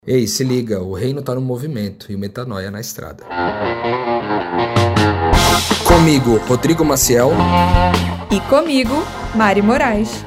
Ei, se liga, o reino tá no movimento e o Metanoia na estrada. Comigo, Rodrigo Maciel. E comigo, Mari Moraes.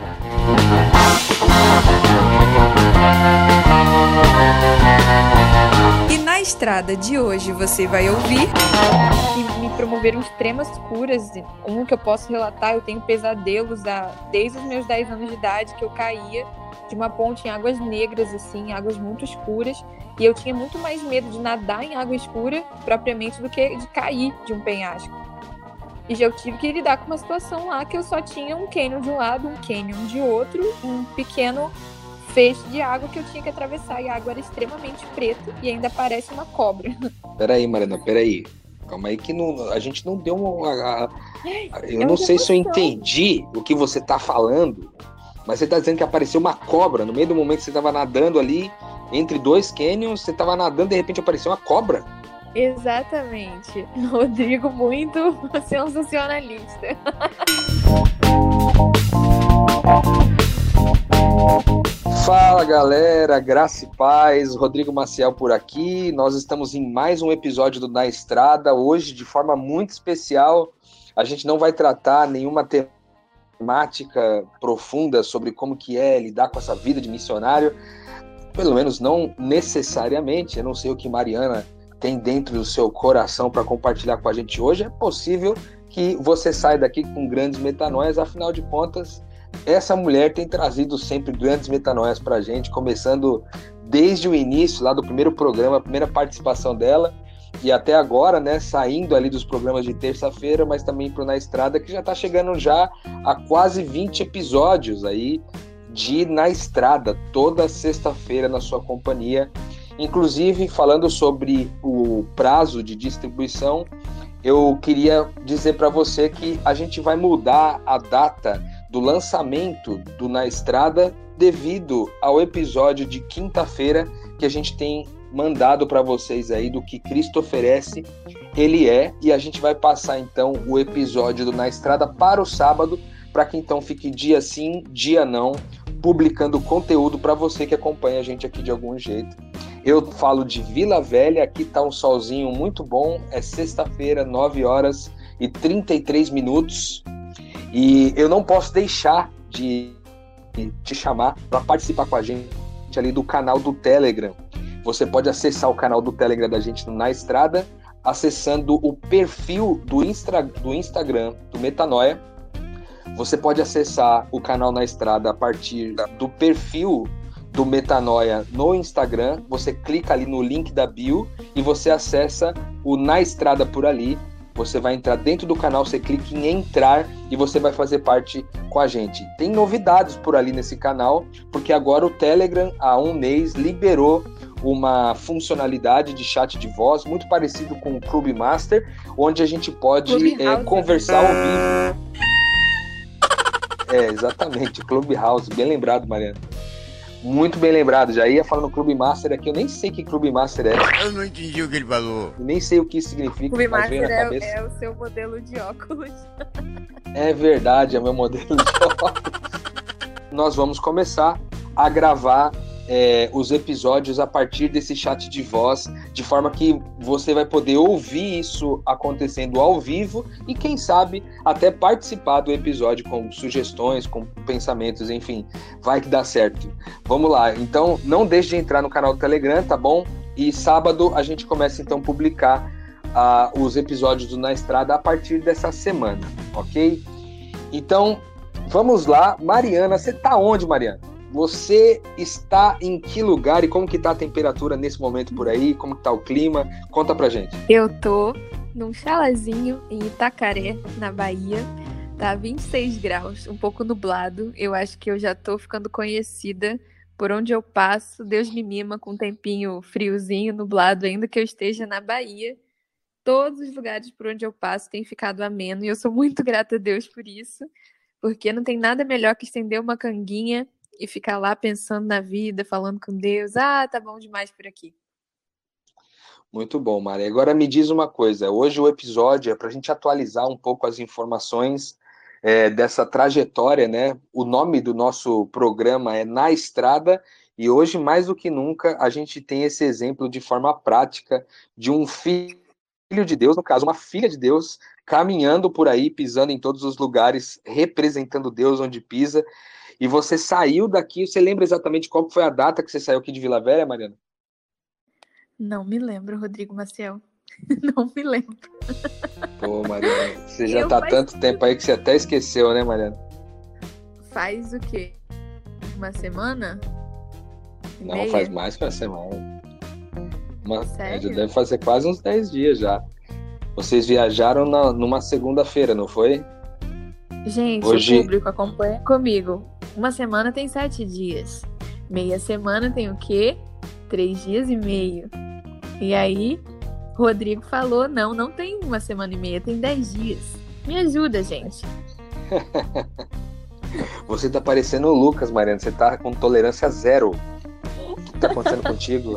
E na estrada de hoje você vai ouvir que me promoveram extremas curas. Um que eu posso relatar, eu tenho pesadelos desde os meus 10 anos de idade, que eu caía de uma ponte em águas negras, assim, águas muito escuras, e eu tinha muito mais medo de nadar em água escura, propriamente, do que de cair de um penhasco. E já eu tive que lidar com uma situação lá que eu só tinha um cânion de um lado, um cânion de outro, um pequeno feixe de água que eu tinha que atravessar, e a água era extremamente preta e ainda parece uma cobra. Peraí, Mariana, peraí. Calma aí que a gente não deu uma... Eu É não muita sei se eu emoção. entendi o que você tá falando, mas você tá dizendo que apareceu uma cobra no meio do momento que você tava nadando ali, entre dois canyons, você tava nadando e de repente apareceu uma cobra? Exatamente. Rodrigo, muito sensacionalista. Fala galera, graça e paz, Rodrigo Maciel por aqui. Nós estamos em mais um episódio do Na Estrada. Hoje, de forma muito especial, a gente não vai tratar nenhuma temática profunda sobre como que é lidar com essa vida de missionário, pelo menos não necessariamente. Eu não sei o que Mariana tem dentro do seu coração para compartilhar com a gente hoje. É possível que você saia daqui com grandes metanoias, afinal de contas, essa mulher tem trazido sempre grandes metanoias para a gente, começando desde o início, lá do primeiro programa, a primeira participação dela, e até agora, né, saindo ali dos programas de terça-feira, mas também pro Na Estrada, que já está chegando já a quase 20 episódios aí de Na Estrada, toda sexta-feira na sua companhia. Inclusive, falando sobre o prazo de distribuição, eu queria dizer para você que a gente vai mudar a data do lançamento do Na Estrada devido ao episódio de quinta-feira que a gente tem mandado para vocês aí do que Cristo oferece, Ele é, e a gente vai passar então o episódio do Na Estrada para o sábado, para que então fique dia sim, dia não, publicando conteúdo para você que acompanha a gente aqui de algum jeito. Eu falo de Vila Velha, aqui tá um solzinho muito bom, é sexta-feira, 9 horas e 33 minutos, e eu não posso deixar de te chamar para participar com a gente ali do canal do Telegram. Você pode acessar o canal do Telegram da gente no Na Estrada, acessando o perfil do Instagram do Metanoia. Você pode acessar o canal Na Estrada a partir do perfil do Metanoia no Instagram. Você clica ali no link da bio e você acessa o Na Estrada por ali. Você vai entrar dentro do canal, você clica em entrar e você vai fazer parte com a gente. Tem novidades por ali nesse canal, porque agora o Telegram, há um mês, liberou uma funcionalidade de chat de voz muito parecido com o Club Master, onde a gente pode conversar ao vivo. Exatamente, Clubhouse, bem lembrado, Mariana. Muito bem lembrado, já ia falando Club Master aqui, eu nem sei que Club Master é. Eu não entendi o que ele falou. Nem sei o que isso significa, Clube mas veio na Master cabeça. é o seu modelo de óculos. É verdade, é meu modelo de óculos. Nós vamos começar a gravar os episódios a partir desse chat de voz, de forma que você vai poder ouvir isso acontecendo ao vivo e, quem sabe, até participar do episódio com sugestões, com pensamentos, enfim, vai que dá certo. Vamos lá, então não deixe de entrar no canal do Telegram, tá bom? E sábado a gente começa então a publicar os episódios do Na Estrada a partir dessa semana, ok? Então, vamos lá. Mariana, você tá onde, Mariana? Você está em que lugar e como que tá a temperatura nesse momento por aí? Como que tá o clima? Conta pra gente. Eu tô num chalazinho em Itacaré, na Bahia. Tá 26 graus, um pouco nublado. Eu acho que eu já tô ficando conhecida por onde eu passo. Deus me mima com um tempinho friozinho, nublado, ainda que eu esteja na Bahia. Todos os lugares por onde eu passo têm ficado ameno e eu sou muito grata a Deus por isso, porque não tem nada melhor que estender uma canguinha e ficar lá pensando na vida, falando com Deus. Ah, tá bom demais por aqui. Muito bom, Maria. Agora me diz uma coisa. Hoje o episódio é para a gente atualizar um pouco as informações dessa trajetória, né? O nome do nosso programa é Na Estrada E hoje, mais do que nunca, a gente tem esse exemplo de forma prática de um filho de Deus, no caso, uma filha de Deus, caminhando por aí, pisando em todos os lugares, representando Deus onde pisa. E você saiu daqui, você lembra exatamente qual foi a data que você saiu aqui de Vila Velha, Mariana? Não me lembro, Rodrigo Maciel. Não me lembro. Pô, Mariana, você já tá há tanto tempo aí que você até esqueceu, né, Mariana? Faz o quê? Uma semana? Não, Meia? faz mais que uma semana. Sério? Já deve fazer quase uns 10 dias já. Vocês viajaram numa segunda-feira, não foi? Gente, Hoje... o público acompanha comigo. Uma semana tem 7 dias. Meia semana tem o quê? 3 dias e meio. E aí, Rodrigo falou, não tem uma semana e meia, tem 10 dias. Me ajuda, gente. Você tá parecendo o Lucas, Mariana. Você tá com tolerância zero. O que tá acontecendo contigo?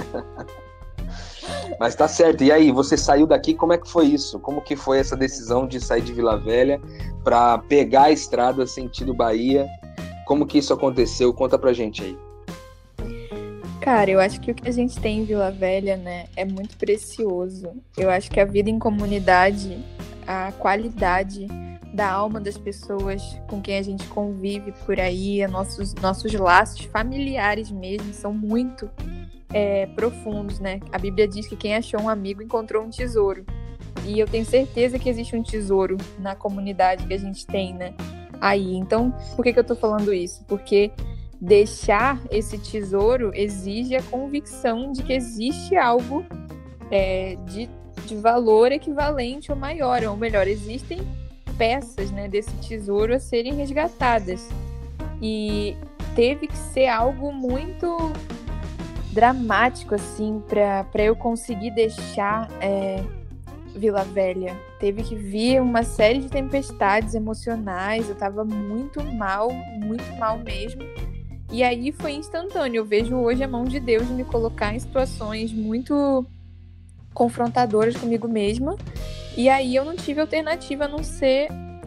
Mas tá certo. E aí, você saiu daqui, como é que foi isso? Como que foi essa decisão de sair de Vila Velha para pegar a estrada sentido Bahia? Como que isso aconteceu? Conta pra gente aí. Cara, eu acho que o que a gente tem em Vila Velha, né, é muito precioso. Eu acho que a vida em comunidade, a qualidade da alma das pessoas com quem a gente convive por aí, nossos laços familiares mesmo, são muito profundos, né? A Bíblia diz que quem achou um amigo encontrou um tesouro. E eu tenho certeza que existe um tesouro na comunidade que a gente tem, né? Aí, então, por que eu tô falando isso? Porque deixar esse tesouro exige a convicção de que existe algo de valor equivalente ou maior, ou melhor, existem peças, né, desse tesouro a serem resgatadas. E teve que ser algo muito dramático, assim, para eu conseguir deixar Vila Velha. Teve que vir uma série de tempestades emocionais, eu tava muito mal mesmo. E aí foi instantâneo. Eu vejo hoje a mão de Deus de me colocar em situações muito confrontadoras comigo mesma. E aí eu não tive alternativa a não ser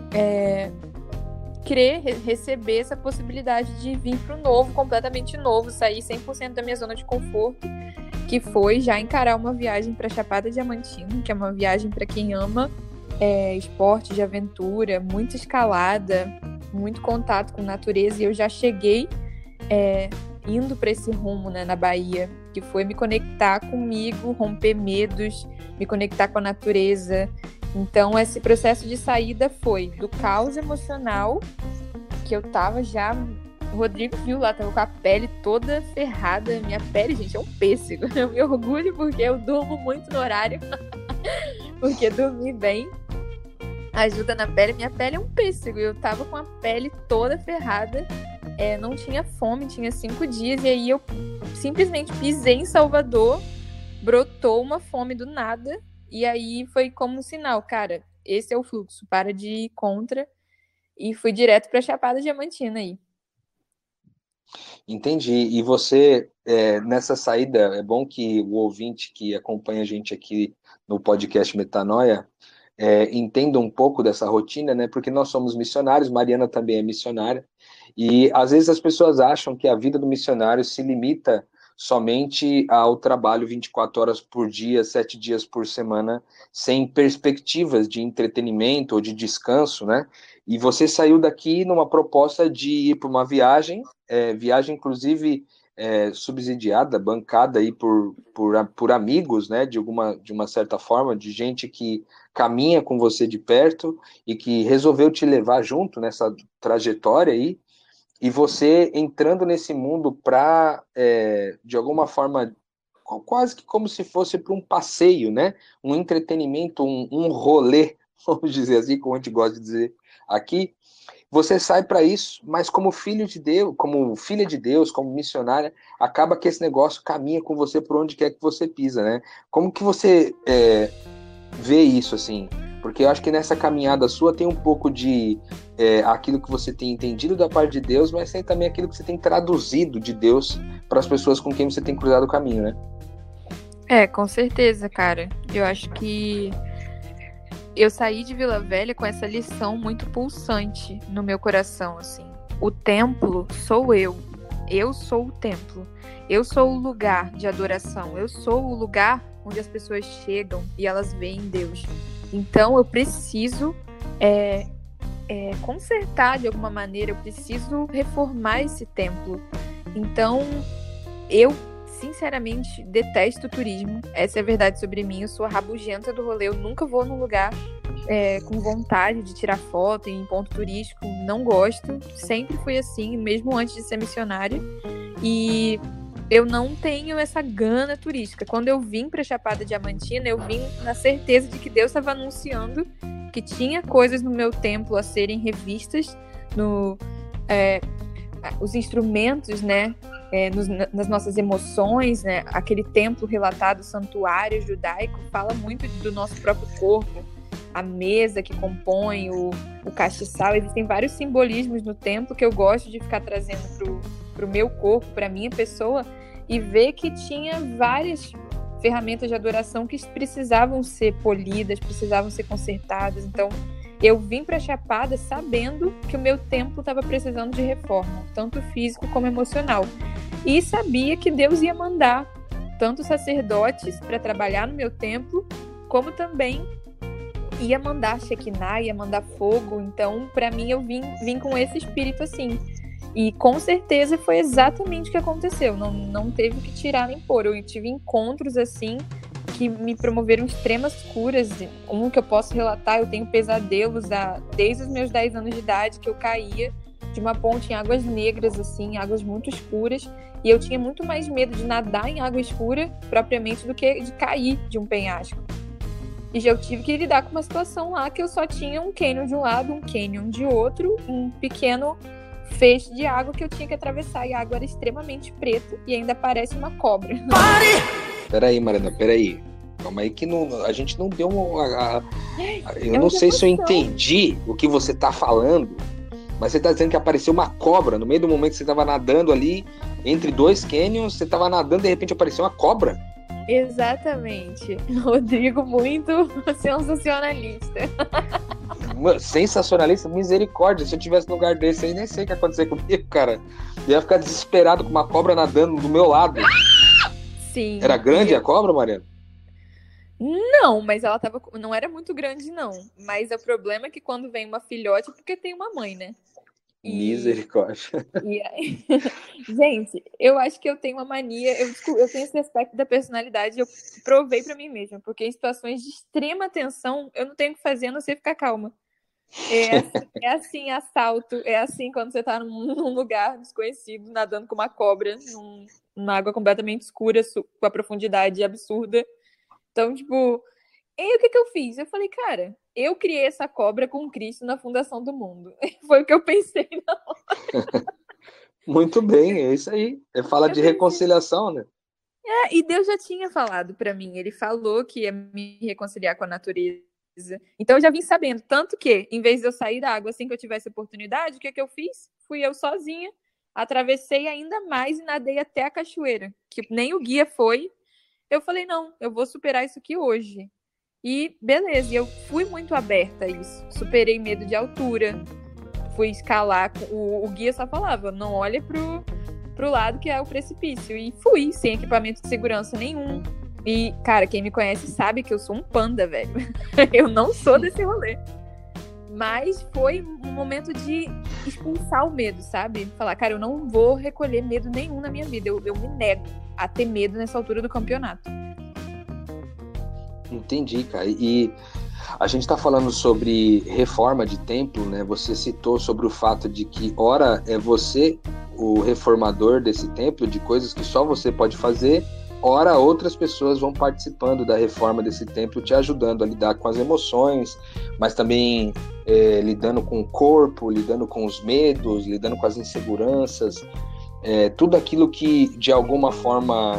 receber essa possibilidade de vir para o novo, completamente novo, sair 100% da minha zona de conforto, que foi já encarar uma viagem para Chapada Diamantina, que é uma viagem para quem ama esporte de aventura, muita escalada, muito contato com natureza. E eu já cheguei indo para esse rumo, né, na Bahia, que foi me conectar comigo, romper medos, me conectar com a natureza. Então, esse processo de saída foi do caos emocional, que eu tava já... O Rodrigo viu lá, tava com a pele toda ferrada. Minha pele, gente, é um pêssego. Eu me orgulho porque eu durmo muito no horário. Porque dormir bem ajuda na pele. Minha pele é um pêssego. Eu tava com a pele toda ferrada. Não tinha fome, tinha 5 dias. E aí eu simplesmente pisei em Salvador. Brotou uma fome do nada. E aí foi como um sinal, cara, esse é o fluxo, para de ir contra. E fui direto pra Chapada Diamantina aí. Entendi. E você, nessa saída, é bom que o ouvinte que acompanha a gente aqui no podcast Metanoia entenda um pouco dessa rotina, né? Porque nós somos missionários, Mariana também é missionária, e às vezes as pessoas acham que a vida do missionário se limita somente ao trabalho 24 horas por dia, 7 dias por semana, sem perspectivas de entretenimento ou de descanso, né? E você saiu daqui numa proposta de ir para uma viagem inclusive subsidiada, bancada aí por amigos, né? De uma certa forma, de gente que caminha com você de perto e que resolveu te levar junto nessa trajetória aí. E você entrando nesse mundo para, de alguma forma, quase que como se fosse para um passeio, né? Um entretenimento, um rolê, vamos dizer assim, como a gente gosta de dizer aqui. Você sai para isso, mas como filho de Deus, como filha de Deus, como missionária, acaba que esse negócio caminha com você por onde quer que você pisa, né? Como que você vê isso, assim? Porque eu acho que nessa caminhada sua tem um pouco de aquilo que você tem entendido da parte de Deus, mas tem também aquilo que você tem traduzido de Deus para as pessoas com quem você tem cruzado o caminho, né? Com certeza, cara. Eu acho que eu saí de Vila Velha com essa lição muito pulsante no meu coração, assim. O templo sou eu. Eu sou o templo. Eu sou o lugar de adoração. Eu sou o lugar onde as pessoas chegam e elas veem Deus. Então eu preciso consertar de alguma maneira, eu preciso reformar esse templo. Então eu sinceramente detesto turismo. Essa é a verdade sobre mim. Eu sou a rabugenta do rolê. Eu nunca vou num lugar com vontade de tirar foto em ponto turístico. Não gosto. Sempre fui assim, mesmo antes de ser missionária. E eu não tenho essa gana turística. Quando eu vim para Chapada Diamantina, eu vim na certeza de que Deus estava anunciando que tinha coisas no meu templo a serem revistas, os instrumentos, né? Nas nossas emoções, né? Aquele templo relatado, o santuário judaico, fala muito do nosso próprio corpo, a mesa que compõe, o castiçal. Existem vários simbolismos no templo que eu gosto de ficar trazendo pro meu corpo, pra minha pessoa, e ver que tinha várias ferramentas de adoração que precisavam ser polidas, precisavam ser consertadas. Então eu vim para Chapada sabendo que o meu templo estava precisando de reforma, tanto físico como emocional. E sabia que Deus ia mandar tanto sacerdotes para trabalhar no meu templo, como também ia mandar Shekinah, ia mandar fogo. Então, para mim, eu vim com esse espírito assim. E com certeza foi exatamente o que aconteceu. Não teve o que tirar nem pôr. Eu tive encontros assim que me promoveram extremas curas. Um que eu posso relatar, eu tenho pesadelos desde os meus 10 anos de idade, que eu caía de uma ponte em águas negras, assim, águas muito escuras, e eu tinha muito mais medo de nadar em água escura, propriamente, do que de cair de um penhasco. E já eu tive que lidar com uma situação lá que eu só tinha um cânion de um lado, um cânion de outro, um pequeno feixe de água que eu tinha que atravessar, e a água era extremamente preta, e ainda parece uma cobra. Peraí, Mariana, peraí. Calma aí que a gente não deu eu não sei se eu entendi o que você tá falando, mas você tá dizendo que apareceu uma cobra no meio do momento que você tava nadando ali, entre dois canyons, você tava nadando e de repente apareceu uma cobra? Exatamente. Rodrigo, muito sensacionalista. Sensacionalista, misericórdia. Se eu tivesse no lugar desse aí, nem sei o que ia acontecer comigo, cara. Eu ia ficar desesperado com uma cobra nadando do meu lado. Sim. Era grande a cobra, Mariana? Não, mas ela não era muito grande, não. Mas o problema é que quando vem uma filhote, é porque tem uma mãe, né? Misericórdia. Gente, eu acho que eu tenho uma mania, eu tenho esse aspecto da personalidade, eu provei pra mim mesma, porque em situações de extrema tensão, eu não tenho o que fazer, a não ser ficar calma. É assim, assalto, é assim quando você tá num lugar desconhecido, nadando com uma cobra, numa água completamente escura, com a profundidade absurda. Então, tipo, e o que eu fiz? Eu falei, cara, eu criei essa cobra com Cristo na fundação do mundo. Foi o que eu pensei na hora. Muito bem, é isso aí. Fala de reconciliação, né? E Deus já tinha falado pra mim. Ele falou que ia me reconciliar com a natureza. Então eu já vim sabendo. Tanto que, em vez de eu sair da água assim que eu tivesse oportunidade, o que eu fiz? Fui eu sozinha, atravessei ainda mais e nadei até a cachoeira, que nem o guia foi. Eu falei, não, eu vou superar isso aqui hoje. E beleza, e eu fui muito aberta a isso. Superei medo de altura, fui escalar. O guia só falava, não olha pro lado que é o precipício. E fui, sem equipamento de segurança nenhum. E, cara, quem me conhece sabe que eu sou um panda, velho. Eu não sou desse rolê. Mas foi um momento de expulsar o medo, sabe? Falar, cara, eu não vou recolher medo nenhum na minha vida. Eu me nego a ter medo nessa altura do campeonato. Entendi, cara. E a gente tá falando sobre reforma de templo, né? Você citou sobre o fato de que, ora, é você o reformador desse templo, de coisas que só você pode fazer, ora, outras pessoas vão participando da reforma desse templo, te ajudando a lidar com as emoções, mas também lidando com o corpo, lidando com os medos, lidando com as inseguranças, tudo aquilo que de alguma forma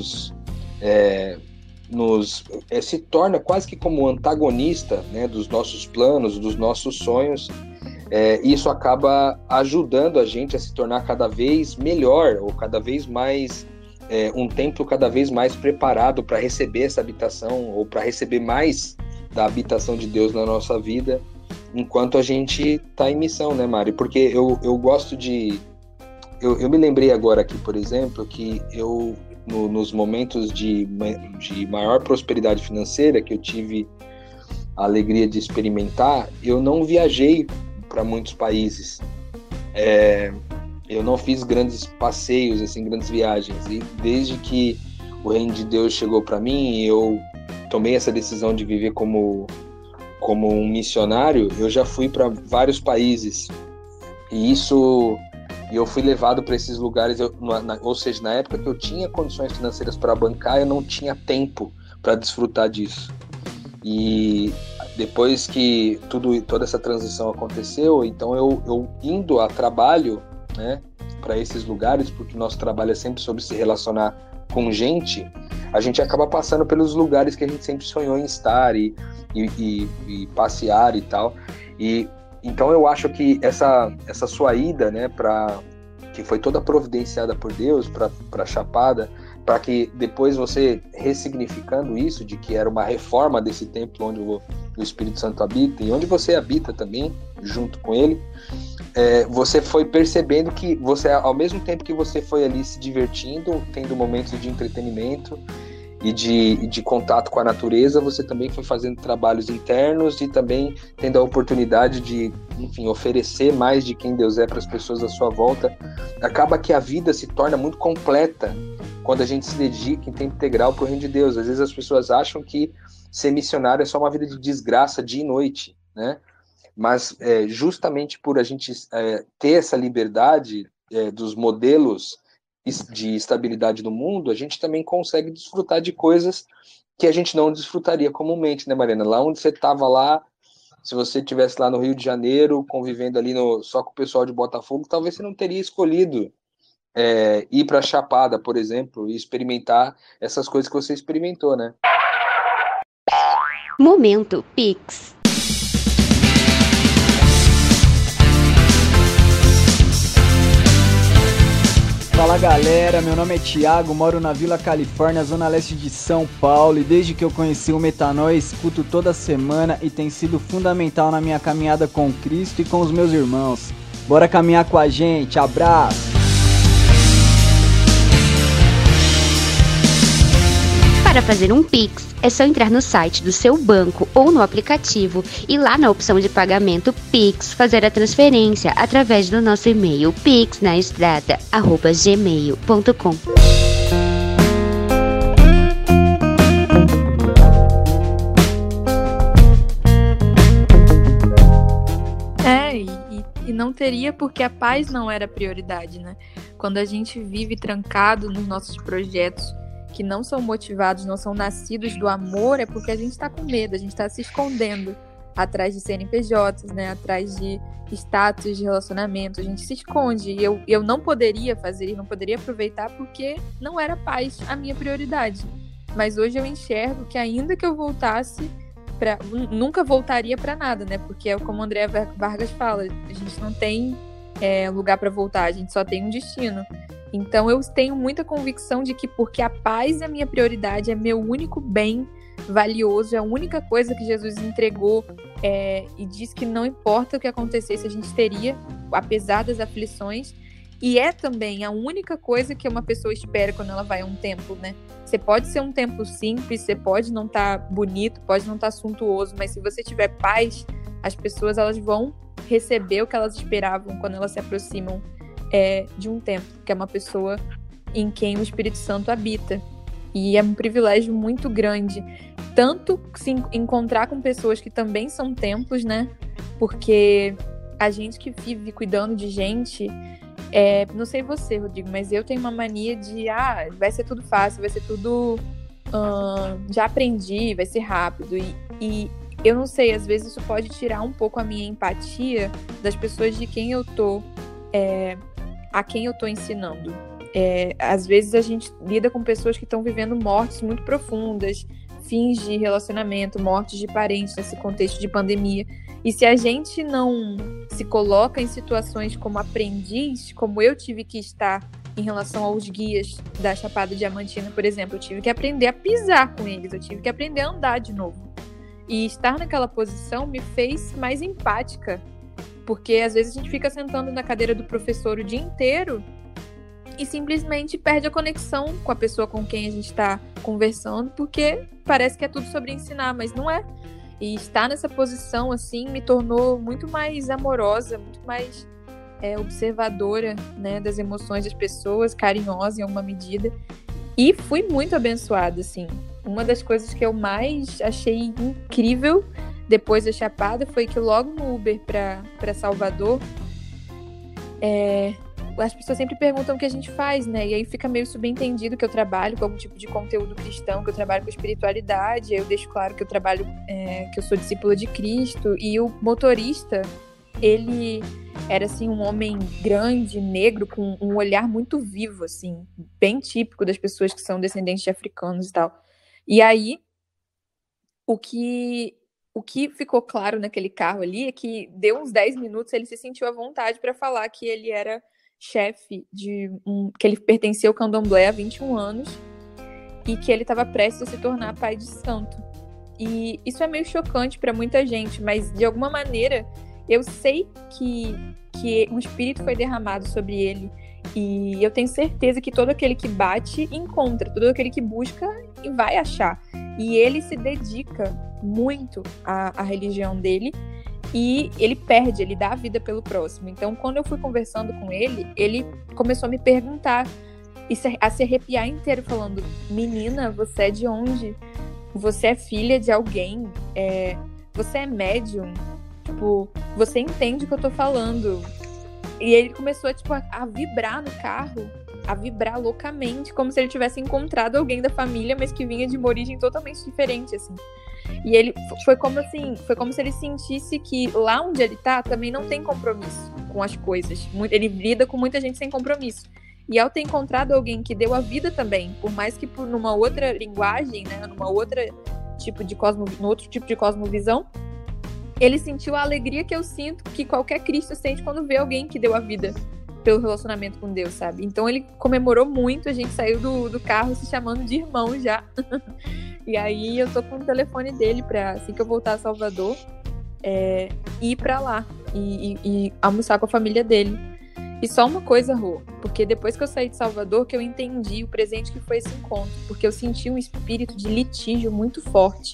se torna quase que como antagonista, né, dos nossos planos, dos nossos sonhos. Isso acaba ajudando a gente a se tornar cada vez melhor, ou cada vez mais um templo cada vez mais preparado para receber essa habitação, ou para receber mais da habitação de Deus na nossa vida, enquanto a gente está em missão, né, Mari? Porque eu gosto de eu me lembrei agora aqui, por exemplo, que nos momentos de maior prosperidade financeira que eu tive a alegria de experimentar, eu não viajei para muitos países. Eu não fiz grandes passeios, assim, grandes viagens. E desde que o reino de Deus chegou para mim, eu tomei essa decisão de viver como um missionário, eu já fui para vários países. E eu fui levado para esses lugares, ou seja, na época que eu tinha condições financeiras para bancar, eu não tinha tempo para desfrutar disso. E depois que toda essa transição aconteceu, então eu indo a trabalho, né, para esses lugares, porque o nosso trabalho é sempre sobre se relacionar com gente, a gente acaba passando pelos lugares que a gente sempre sonhou em estar e passear e tal. E então eu acho que essa sua ida, né, que foi toda providenciada por Deus para Chapada, para que depois você, ressignificando isso, de que era uma reforma desse templo onde o Espírito Santo habita e onde você habita também, junto com ele, você foi percebendo que você, ao mesmo tempo que você foi ali se divertindo, tendo momentos de entretenimento e de contato com a natureza, você também foi fazendo trabalhos internos e também tendo a oportunidade de, enfim, oferecer mais de quem Deus é para as pessoas à sua volta. Acaba que a vida se torna muito completa quando a gente se dedica em tempo integral para o reino de Deus. Às vezes as pessoas acham que ser missionário é só uma vida de desgraça dia e noite, né? Mas justamente por a gente ter essa liberdade dos modelos de estabilidade do mundo, a gente também consegue desfrutar de coisas que a gente não desfrutaria comumente, né, Mariana? Lá onde você estava lá, se você estivesse lá no Rio de Janeiro, convivendo ali só com o pessoal de Botafogo, talvez você não teria escolhido ir para Chapada, por exemplo, e experimentar essas coisas que você experimentou, né? Momento Pix. Fala galera, meu nome é Thiago, moro na Vila Califórnia, zona leste de São Paulo, e desde que eu conheci o Metanoia, escuto toda semana e tem sido fundamental na minha caminhada com Cristo e com os meus irmãos. Bora caminhar com a gente, abraço! Para fazer um Pix, é só entrar no site do seu banco ou no aplicativo e lá na opção de pagamento Pix, fazer a transferência através do nosso e-mail pixnaestrada@gmail.com. E não teria, porque a paz não era prioridade, né? Quando a gente vive trancado nos nossos projetos, que não são motivados, não são nascidos do amor, é porque a gente está com medo, a gente está se escondendo atrás de CNPJs, né? Atrás de status de relacionamento, a gente se esconde. E eu não poderia fazer, não poderia aproveitar porque não era paz a minha prioridade. Mas hoje eu enxergo que ainda que eu voltasse, nunca voltaria para nada, né? Porque é como o André Vargas fala, a gente não tem lugar para voltar, a gente só tem um destino. Então eu tenho muita convicção de que porque a paz é a minha prioridade, é meu único bem valioso, é a única coisa que Jesus entregou e disse que não importa o que acontecesse, a gente teria, apesar das aflições, e é também a única coisa que uma pessoa espera quando ela vai a um templo, né? Você pode ser um templo simples, você pode não estar bonito, pode não estar suntuoso, mas se você tiver paz, as pessoas elas vão receber o que elas esperavam quando elas se aproximam de um templo, que é uma pessoa em quem o Espírito Santo habita. E é um privilégio muito grande, tanto se encontrar com pessoas que também são templos, né? Porque a gente que vive cuidando de gente, não sei você, Rodrigo, mas eu tenho uma mania de vai ser tudo fácil, vai ser tudo já aprendi, vai ser rápido. E eu não sei, às vezes isso pode tirar um pouco a minha empatia das pessoas de quem eu tô a quem eu estou ensinando. Às vezes a gente lida com pessoas que estão vivendo mortes muito profundas, fins de relacionamento, mortes de parentes nesse contexto de pandemia. E se a gente não se coloca em situações como aprendiz, como eu tive que estar em relação aos guias da Chapada Diamantina, por exemplo, eu tive que aprender a pisar com eles, eu tive que aprender a andar de novo. E estar naquela posição me fez mais empática, porque às vezes a gente fica sentando na cadeira do professor o dia inteiro e simplesmente perde a conexão com a pessoa com quem a gente está conversando, porque parece que é tudo sobre ensinar, mas não é. E estar nessa posição, assim, me tornou muito mais amorosa, muito mais observadora, né, das emoções das pessoas, carinhosa em alguma medida. E fui muito abençoada, assim. Uma das coisas que eu mais achei incrível depois da Chapada foi que logo no Uber para Salvador, as pessoas sempre perguntam o que a gente faz, né? E aí fica meio subentendido que eu trabalho com algum tipo de conteúdo cristão, que eu trabalho com espiritualidade. Aí eu deixo claro que eu trabalho, que eu sou discípula de Cristo. E o motorista, ele era, assim, um homem grande, negro, com um olhar muito vivo, assim, bem típico das pessoas que são descendentes de africanos e tal. E aí, o que ficou claro naquele carro ali é que deu uns 10 minutos, ele se sentiu à vontade para falar que ele era chefe que ele pertencia ao candomblé há 21 anos e que ele estava prestes a se tornar pai de santo. E isso é meio chocante para muita gente, mas de alguma maneira eu sei que o Espírito foi derramado sobre ele, e eu tenho certeza que todo aquele que bate encontra, todo aquele que busca e vai achar. E ele se dedica muito à religião dele, e ele dá a vida pelo próximo. Então, quando eu fui conversando com ele, ele começou a me perguntar, a se arrepiar inteiro, falando: menina, você é de onde? Você é filha de alguém? Você é médium? Tipo, você entende o que eu tô falando? E ele começou a vibrar no carro, a vibrar loucamente, como se ele tivesse encontrado alguém da família, mas que vinha de uma origem totalmente diferente, assim. E ele foi como se ele sentisse que lá onde ele tá também não tem compromisso com as coisas. Ele lida com muita gente sem compromisso. E ao ter encontrado alguém que deu a vida também, por mais que numa outra linguagem, né, num outro tipo de cosmovisão, ele sentiu a alegria que eu sinto, que qualquer Cristo sente quando vê alguém que deu a vida pelo relacionamento com Deus, sabe? Então ele comemorou muito, a gente saiu do carro se chamando de irmão já. E aí eu tô com o telefone dele pra, assim que eu voltar a Salvador, ir pra lá e almoçar com a família dele. E só uma coisa, Rô, porque depois que eu saí de Salvador, que eu entendi o presente que foi esse encontro, porque eu senti um espírito de litígio muito forte,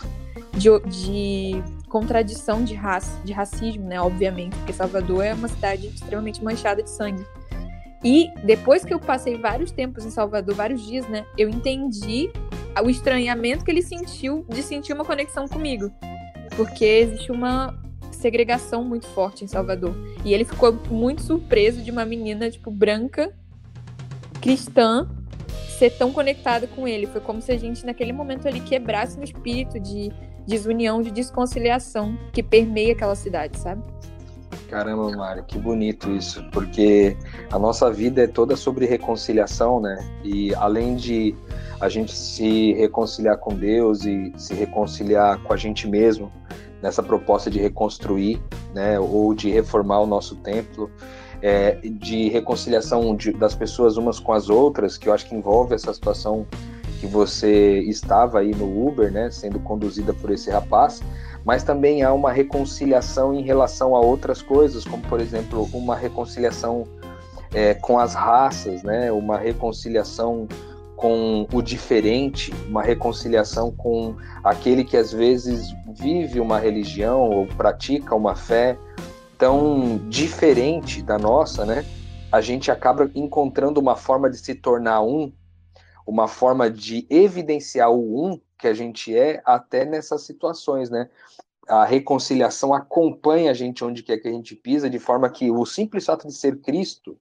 de contradição de racismo, né, obviamente, porque Salvador é uma cidade extremamente manchada de sangue. E depois que eu passei vários tempos em Salvador, vários dias, né, eu entendi o estranhamento que ele sentiu de sentir uma conexão comigo, porque existe uma segregação muito forte em Salvador. E ele ficou muito surpreso de uma menina, branca, cristã, ser tão conectada com ele. Foi como se a gente, naquele momento ali, quebrasse um espírito de desunião, de desconciliação que permeia aquela cidade, sabe? Caramba, Mário, que bonito isso, porque a nossa vida é toda sobre reconciliação, né? E além de a gente se reconciliar com Deus e se reconciliar com a gente mesmo, nessa proposta de reconstruir, né, ou de reformar o nosso templo, de reconciliação das pessoas umas com as outras, que eu acho que envolve essa situação que você estava aí no Uber, né, sendo conduzida por esse rapaz, mas também há uma reconciliação em relação a outras coisas, como, por exemplo, uma reconciliação com as raças, né, uma reconciliação com o diferente, uma reconciliação com aquele que às vezes vive uma religião ou pratica uma fé tão diferente da nossa, né? A gente acaba encontrando uma forma de se tornar uma forma de evidenciar o que a gente é até nessas situações, né? A reconciliação acompanha a gente onde quer que a gente pisa, de forma que o simples fato de ser Cristo,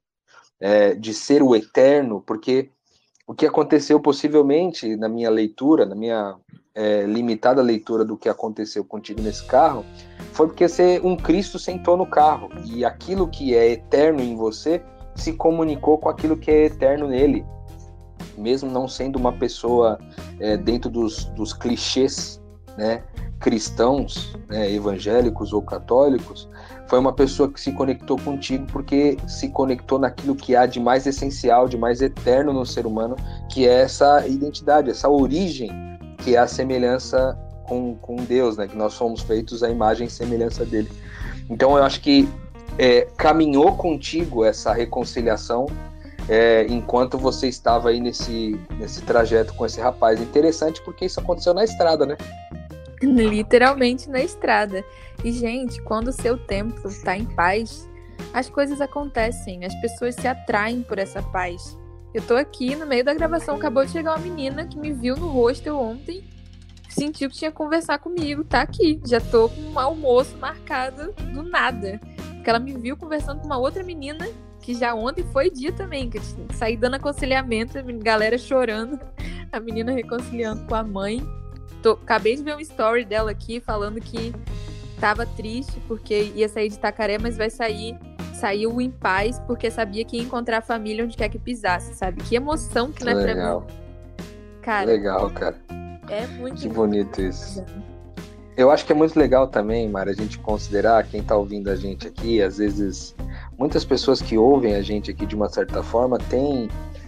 de ser o eterno, porque o que aconteceu possivelmente na minha leitura, na minha limitada leitura do que aconteceu contigo nesse carro, foi porque um Cristo sentou no carro, e aquilo que é eterno em você se comunicou com aquilo que é eterno nele, mesmo não sendo uma pessoa dentro dos clichês, né, cristãos, né, evangélicos ou católicos. Foi uma pessoa que se conectou contigo porque se conectou naquilo que há de mais essencial, de mais eterno no ser humano, que é essa identidade, essa origem, que é a semelhança com Deus, né? Que nós somos feitos à imagem e semelhança dele. Então eu acho que caminhou contigo essa reconciliação, enquanto você estava aí nesse trajeto com esse rapaz. Interessante porque isso aconteceu na estrada, né? Literalmente na estrada. E, gente, quando o seu tempo está em paz, as coisas acontecem, as pessoas se atraem por essa paz. Eu tô aqui no meio da gravação, acabou de chegar uma menina que me viu no hostel ontem, sentiu que tinha que conversar comigo, tá aqui. Já tô com um almoço marcado do nada. Porque ela me viu conversando com uma outra menina, que já ontem foi dia também, que eu saí dando aconselhamento, a galera chorando, a menina reconciliando com a mãe. Acabei de ver um story dela aqui, falando que tava triste porque ia sair de Itacaré, mas saiu em paz, porque sabia que ia encontrar a família onde quer que pisasse, sabe? Que emoção que não é pra mim. Cara, legal, cara. É muito que bonito isso. Eu acho que é muito legal também, Mara, a gente considerar quem tá ouvindo a gente aqui. Às vezes, muitas pessoas que ouvem a gente aqui de uma certa forma têm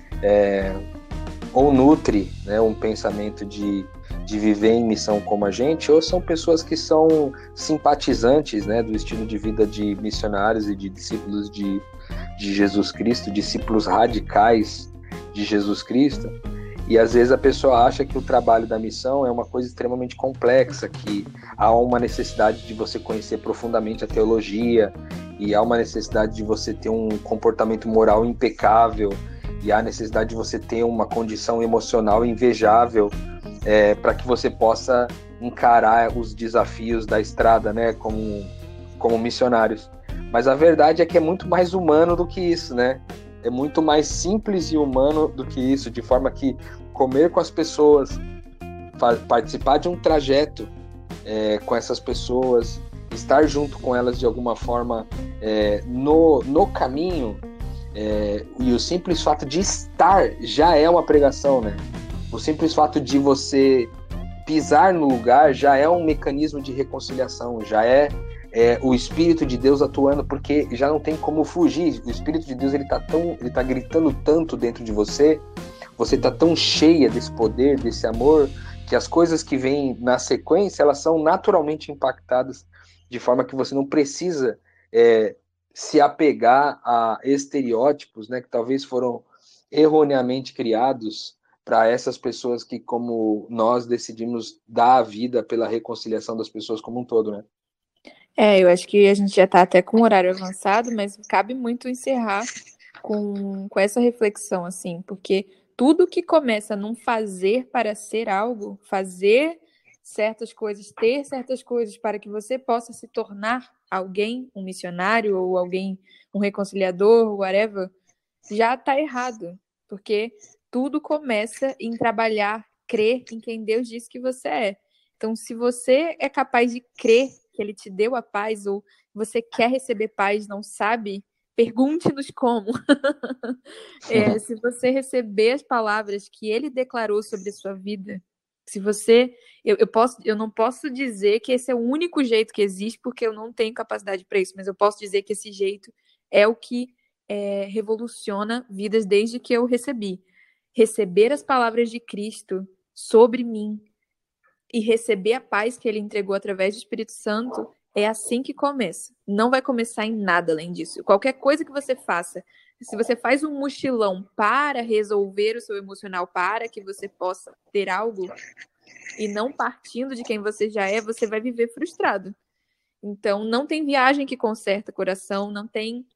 ou nutre, né, um pensamento de viver em missão como a gente, ou são pessoas que são simpatizantes, né, do estilo de vida de missionários e de discípulos de Jesus Cristo, discípulos radicais de Jesus Cristo. E às vezes a pessoa acha que o trabalho da missão é uma coisa extremamente complexa, que há uma necessidade de você conhecer profundamente a teologia, e há uma necessidade de você ter um comportamento moral impecável, e há necessidade de você ter uma condição emocional invejável, para que você possa encarar os desafios da estrada, né, como missionários. Mas a verdade é que é muito mais humano do que isso, né? É muito mais simples e humano do que isso, de forma que comer com as pessoas, participar de um trajeto com essas pessoas, estar junto com elas de alguma forma no caminho, e o simples fato de estar já é uma pregação, né? O simples fato de você pisar no lugar já é um mecanismo de reconciliação, já é o Espírito de Deus atuando, porque já não tem como fugir. O Espírito de Deus ele tá gritando tanto dentro de você, você tá tão cheia desse poder, desse amor, que as coisas que vêm na sequência, elas são naturalmente impactadas, de forma que você não precisa se apegar a estereótipos, né, que talvez foram erroneamente criados para essas pessoas que, como nós, decidimos dar a vida pela reconciliação das pessoas como um todo, né? Eu acho que a gente já está até com o horário avançado, mas cabe muito encerrar com essa reflexão, assim, porque tudo que começa num fazer para ser algo, fazer certas coisas, ter certas coisas para que você possa se tornar alguém, um missionário ou alguém, um reconciliador, whatever, já está errado, porque tudo começa em trabalhar, crer em quem Deus disse que você é. Então, se você é capaz de crer que Ele te deu a paz, ou você quer receber paz, não sabe, pergunte-nos como. Se você receber as palavras que Ele declarou sobre a sua vida, se você... Eu não posso dizer que esse é o único jeito que existe, porque eu não tenho capacidade para isso, mas eu posso dizer que esse jeito é o que revoluciona vidas desde que eu recebi. Receber as palavras de Cristo sobre mim e receber a paz que Ele entregou através do Espírito Santo, é assim que começa. Não vai começar em nada além disso. Qualquer coisa que você faça, se você faz um mochilão para resolver o seu emocional, para que você possa ter algo, e não partindo de quem você já é, você vai viver frustrado. Então, não tem viagem que conserta coração, não tem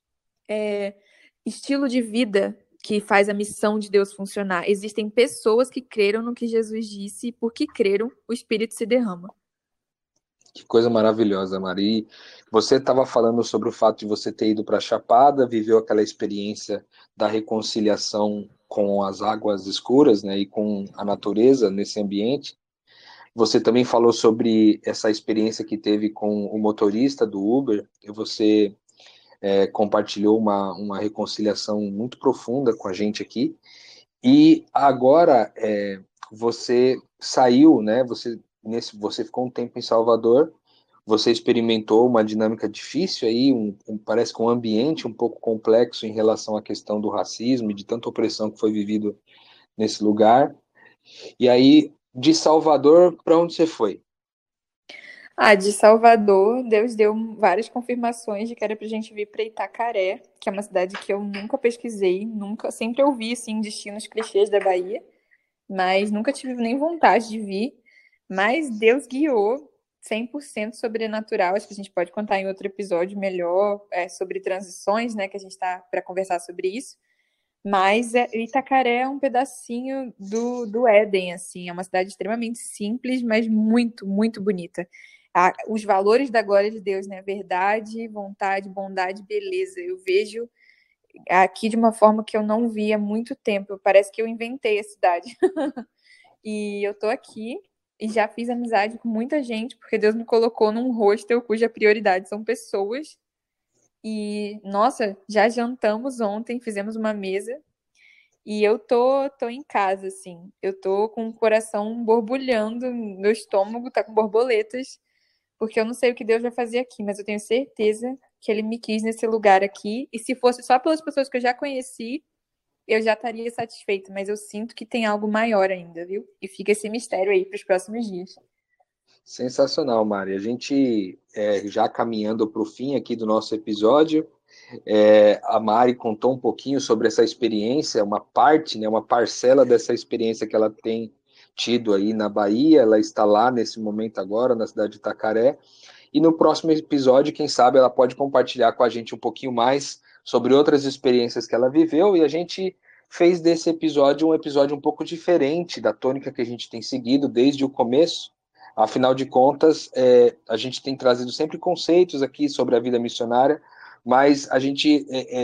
estilo de vida que faz a missão de Deus funcionar. Existem pessoas que creram no que Jesus disse, e porque creram, o Espírito se derrama. Que coisa maravilhosa, Mari. Você estava falando sobre o fato de você ter ido para a Chapada, viveu aquela experiência da reconciliação com as águas escuras, né, e com a natureza nesse ambiente. Você também falou sobre essa experiência que teve com o motorista do Uber, e você compartilhou uma reconciliação muito profunda com a gente aqui. E agora você saiu, né? Você ficou um tempo em Salvador, você experimentou uma dinâmica difícil aí, parece que um ambiente um pouco complexo em relação à questão do racismo e de tanta opressão que foi vivido nesse lugar. E aí, de Salvador, para onde você foi? De Salvador, Deus deu várias confirmações de que era pra gente vir pra Itacaré, que é uma cidade que eu nunca pesquisei, sempre ouvi, assim, destinos clichês da Bahia, mas nunca tive nem vontade de vir. Mas Deus guiou 100% sobrenatural. Acho que a gente pode contar em outro episódio melhor sobre transições, né? Que a gente tá para conversar sobre isso. Mas Itacaré é um pedacinho do Éden, assim. É uma cidade extremamente simples, mas muito, muito bonita. Os valores da glória de Deus, né? Verdade, vontade, bondade, beleza. Eu vejo aqui de uma forma que eu não vi há muito tempo. Parece que eu inventei a cidade. E eu tô aqui e já fiz amizade com muita gente, porque Deus me colocou num hostel cuja prioridade são pessoas. E, nossa, já jantamos ontem, fizemos uma mesa. E eu tô em casa, assim. Eu tô com o coração borbulhando, meu estômago tá com borboletas, porque eu não sei o que Deus vai fazer aqui, mas eu tenho certeza que Ele me quis nesse lugar aqui. E se fosse só pelas pessoas que eu já conheci, eu já estaria satisfeita, mas eu sinto que tem algo maior ainda, viu? E fica esse mistério aí para os próximos dias. Sensacional, Mari. A gente, já caminhando para o fim aqui do nosso episódio, a Mari contou um pouquinho sobre essa experiência, uma parte, né, uma parcela dessa experiência que ela tem tido aí na Bahia. Ela está lá nesse momento agora, na cidade de Itacaré. E no próximo episódio, quem sabe, ela pode compartilhar com a gente um pouquinho mais sobre outras experiências que ela viveu, e a gente fez desse episódio um episódio um pouco diferente da tônica que a gente tem seguido desde o começo. Afinal de contas, a gente tem trazido sempre conceitos aqui sobre a vida missionária, mas a gente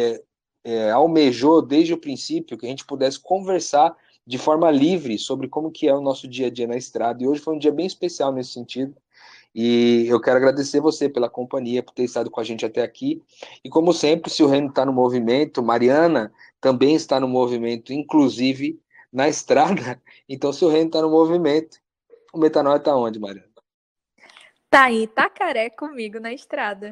almejou desde o princípio que a gente pudesse conversar de forma livre sobre como que é o nosso dia a dia na estrada, e hoje foi um dia bem especial nesse sentido. E eu quero agradecer você pela companhia, por ter estado com a gente até aqui. E como sempre, se o reino está no movimento, Mariana também está no movimento, inclusive na estrada. Então, se o reino está no movimento, o Metanoia está onde, Mariana? Tá em Itacaré comigo na estrada.